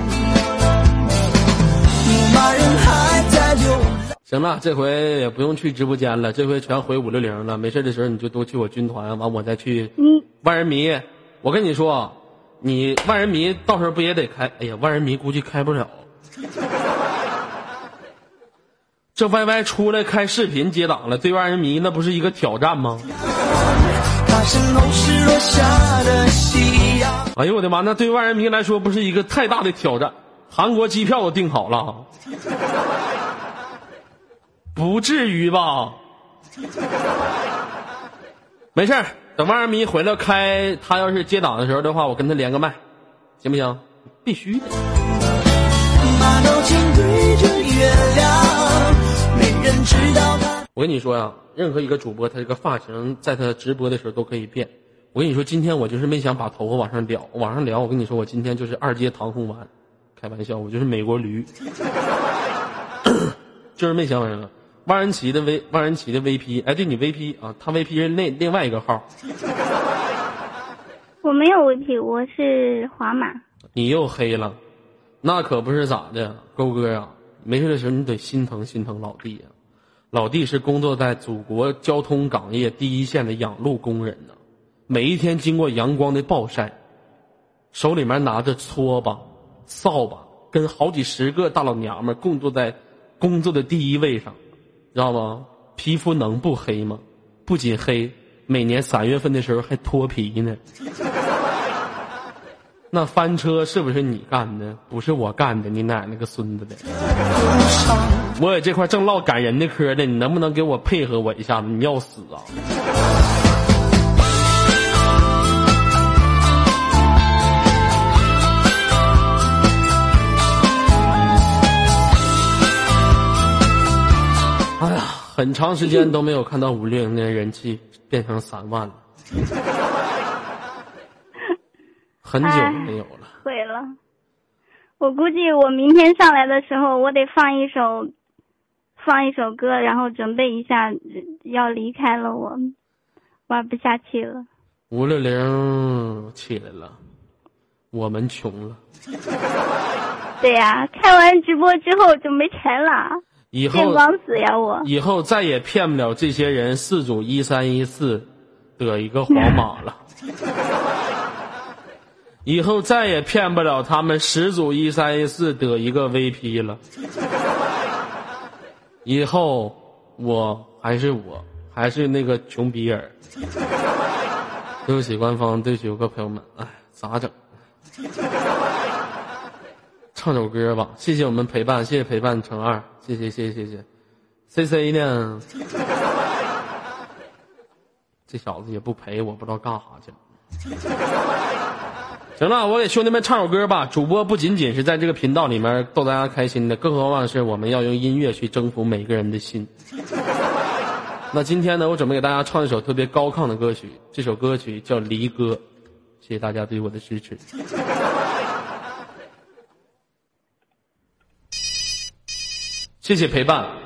S4: 行了，这回也不用去直播间了，这回全回560了。没事的时候你就多去我军团，完我再去万人迷。我跟你说，你万人迷到时候不也得开？哎呀，万人迷估计开不了。这 YY 出来开视频接档了，对万人迷那不是一个挑战吗？哎呦我的妈，那对万人迷来说不是一个太大的挑战。韩国机票都订好了，不至于吧？没事，等万人迷回来开，他要是接档的时候的话，我跟他连个麦，行不行？必须的。我跟你说呀，任何一个主播他这个发型在他直播的时候都可以变。我跟你说，今天我就是没想把头发往上撩，我跟你说，我今天就是2阶唐红丸，开玩笑，我就是美国驴，就是没想什么。万人骑的 VP， 哎，对你 VP 啊，他 VP 是另外一个号。
S7: 我没有 VP， 我是皇马。
S4: 你又黑了，那可不是咋的，勾哥啊，没事的时候你得心疼心疼老弟啊。老弟是工作在祖国交通岗业第一线的养路工人呢，每一天经过阳光的暴晒，手里面拿着搓把、扫把，跟好几十个大老娘们共坐在工作的第一位上，知道吗？皮肤能不黑吗？不仅黑，每年3月份的时候还脱皮呢。那翻车是不是你干的？不是我干的，你奶奶个孙子的！我也这块正唠感人的嗑呢，你能不能给我配合我一下子？你要死啊！哎呀，很长时间都没有看到560的人气变成3万了。很久没有了，
S7: 毁了。我估计我明天上来的时候，我得放一首歌，然后准备一下要离开了，我玩不下去了。
S4: 560起来了，我们穷了。
S7: 对呀，开完直播之后就没钱了，
S4: 以后
S7: 见光死呀！我
S4: 以后再也骗不了这些人4组1314得一个皇马了。以后再也骗不了他们10组1314得一个 VP 了。以后我还是那个穷逼人。对不起官方，对不起各位朋友们，哎，咋整？唱首歌吧，谢谢我们陪伴，谢谢陪伴乘2，谢谢。CC 呢？这小子也不陪我，不知道干啥去了。行了，我给兄弟们唱首歌吧。主播不仅仅是在这个频道里面逗大家开心的，更何况是我们要用音乐去征服每个人的心。那今天呢，我准备给大家唱一首特别高亢的歌曲，这首歌曲叫《离歌》，谢谢大家对我的支持。谢谢陪伴。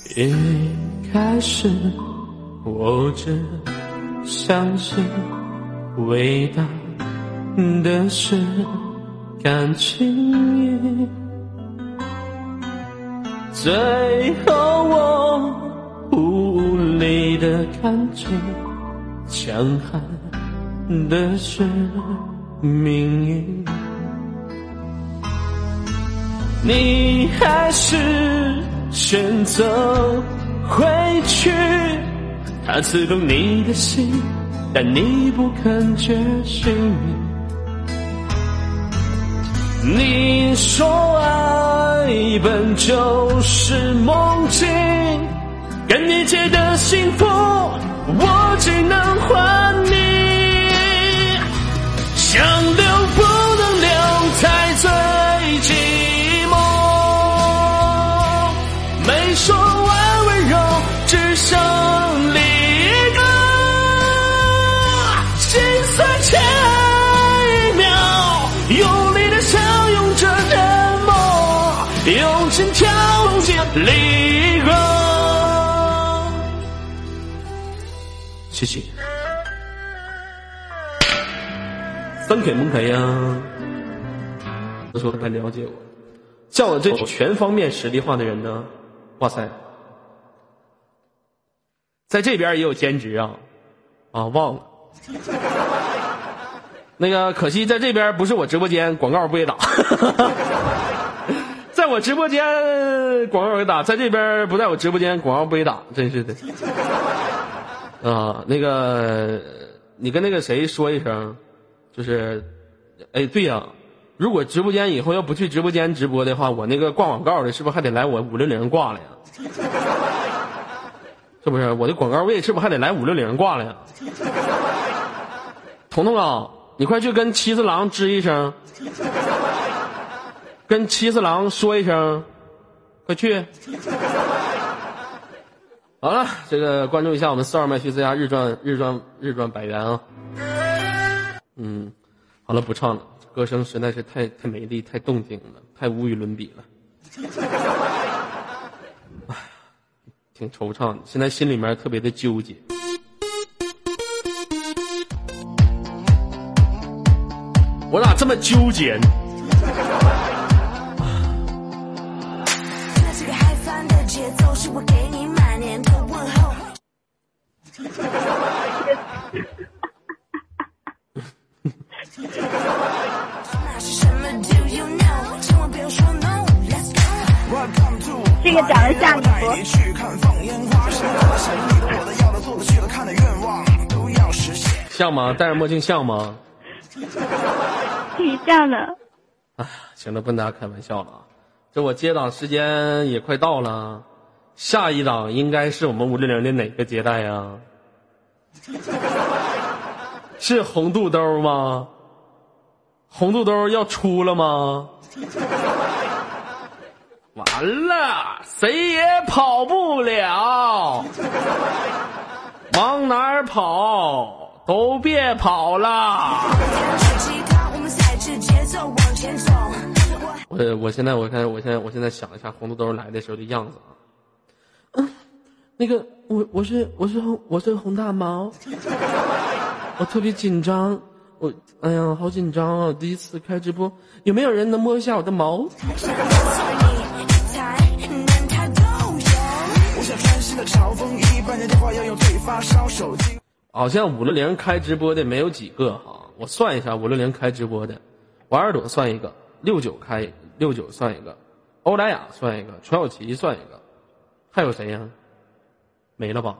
S4: 一开始我只相信伟大的是感情，最后我无力的看清强悍的是命运，你还是选择回去，他刺痛你的心，但你不肯觉醒。你说爱本就是梦境，跟一切的幸福我只能还你，想留不能留，才最寂寞，没说完温柔，只剩离歌，心碎前一秒，用力的想用着沉默，用心跳进离合。谢谢。三腿蒙开呀！这说他还了解我，像我这种全方面实力化的人呢，哇塞，在这边也有兼职啊，忘了。那个可惜在这边不是我直播间，广告不给打。在我直播间广告给打，在这边不在我直播间广告不给打，真是的。那个你跟那个谁说一声，就是哎对呀，如果直播间以后要不去直播间直播的话，我那个挂广告的是不是还得来我560挂了呀？是不是我的广告位是不是还得来560挂了呀？彤彤啊，你快去跟七四郎吱一声，跟七四郎说一声，快去。好了，这个关注一下我们42麦序之家日赚100元啊。好了，不唱了，歌声实在是太美丽，太动听了，太无与伦比了。哎，挺惆怅的，现在心里面特别的纠结。我咋这么纠结呢？
S5: 这个嗨翻的节奏是我给你满年的问候。
S7: 这个长得像你不？
S4: 像吗？戴着墨镜像吗？
S7: 挺像的。
S4: 哎，行了，不跟大家开玩笑了啊！这我接档时间也快到了，下一档应该是我们560的哪个接待呀？是红肚兜吗？红肚兜要出了吗？完了，谁也跑不了，往哪儿跑都别跑了。我现在想一下红肚兜来的时候的样子啊。那个我是红大毛，我特别紧张，哎呀好紧张啊！第一次开直播，有没有人能摸一下我的毛？好像560开直播的没有几个哈，我算一下560开直播的，王二朵算一个，69算一个，欧莱雅算一个，传小琪算一个，还有谁呀？没了吧？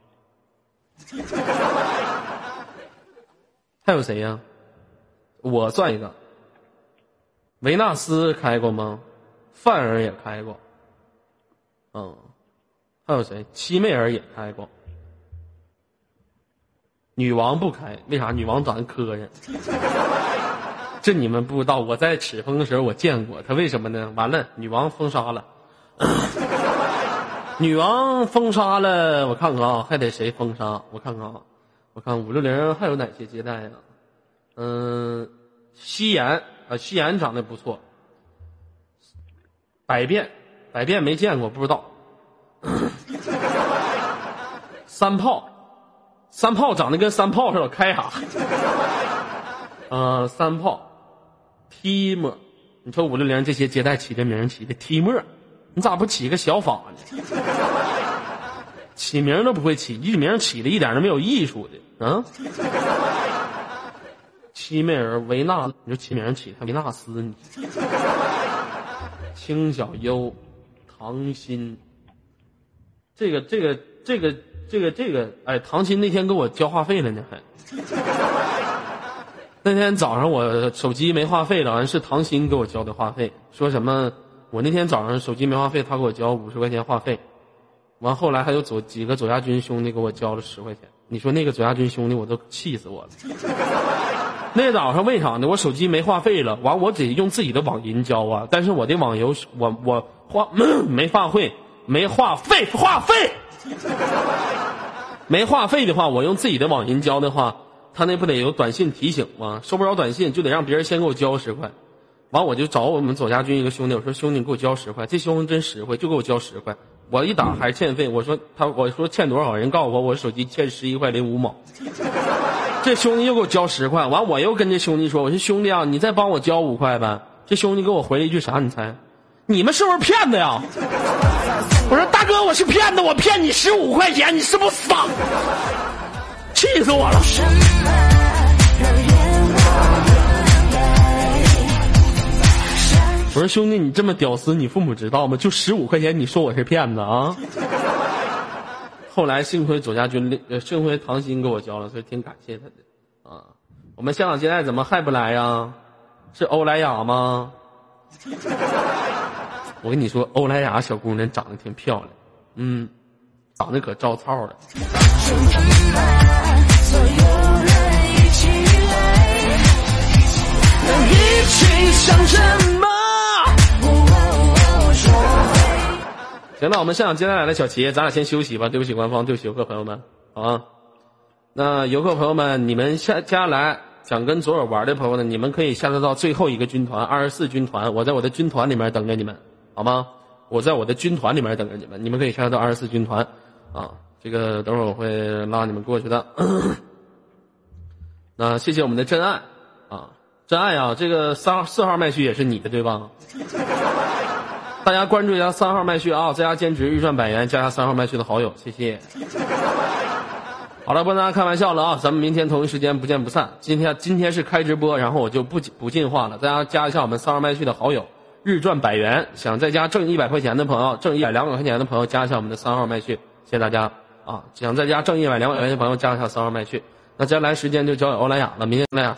S4: 还有谁呀？我算一个。维纳斯开过吗？范儿也开过。还有谁？七妹儿也开过。女王不开，为啥？女王长得磕碜。这你们不知道，我在赤峰的时候我见过她，为什么呢？完了，女王封杀了。女王封杀了，我看看啊，还得谁封杀？我看看啊，我看560还有哪些接待啊？夕颜啊，夕颜长得不错。百变没见过，不知道。 三炮长得跟三炮似的，开哈。三炮 T 莫，你说560这些接待起的名起的 T 莫，你咋不起个小法呢？起名都不会起，这名起的一点都没有艺术的啊！七妹儿维纳，你说起名起他维纳斯，你清小优、唐鑫，这个，哎，唐鑫那天给我交话费了呢，还。那天早上我手机没话费了，好像是唐鑫给我交的话费，说什么我那天早上手机没话费，他给我交50块钱话费。完后来还有几个左家军兄弟给我交了10块钱，你说那个左家军兄弟我都气死我了。那早上为啥呢？我手机没话费了，完我得用自己的网银交啊，但是我的网游我没话费，没话费没话费的话，我用自己的网银交的话，他那不得有短信提醒吗？收不着短信就得让别人先给我交10块。完我就找我们左家军一个兄弟，我说兄弟你给我交10块，这兄弟真实惠，就给我交10块。我一打还是欠费，我说欠多少？人告诉我手机欠11块05毛。这兄弟又给我交10块，完我又跟这兄弟说，我说兄弟啊，你再帮我交5块呗。这兄弟给我回了一句啥？你猜？你们是不是骗子呀？我说大哥，我是骗子，我骗你15块钱，你是不是傻？气死我了！我说兄弟，你这么屌丝，你父母知道吗？就15块钱，你说我是骗子啊？后来幸亏左家军，幸亏唐鑫给我交了，所以挺感谢他的啊。我们香港接待怎么还不来呀？是欧莱雅吗？我跟你说，欧莱雅小姑娘长得挺漂亮，长得可招操了。一起想什么？行了，我们现场接下来的小齐，咱俩先休息吧。对不起官方，对不起游客朋友们，好啊。那游客朋友们，你们接下来想跟左耳玩的朋友呢，你们可以下载到最后一个军团24军团，我在我的军团里面等着你们，好吗？我在我的军团里面等着你们，你们可以下载到24军团啊。这个等会儿我会拉你们过去的。那谢谢我们的真爱啊，真爱啊，这个4号麦序也是你的对吧？大家关注一下3号麦序啊，在家兼职预算100元，加一下3号麦序的好友，谢谢。好了，不跟大家开玩笑了啊，咱们明天同一时间不见不散。今天是开直播，然后我就不进话了，大家加一下我们3号麦序的好友，日赚100元，想在家挣100块钱的朋友，挣100、200块钱的朋友，加一下我们的3号麦序，谢谢大家啊！想在家挣100、200块钱的朋友，加一下3号麦序。那接下来时间就交给欧莱雅了，明天欧莱雅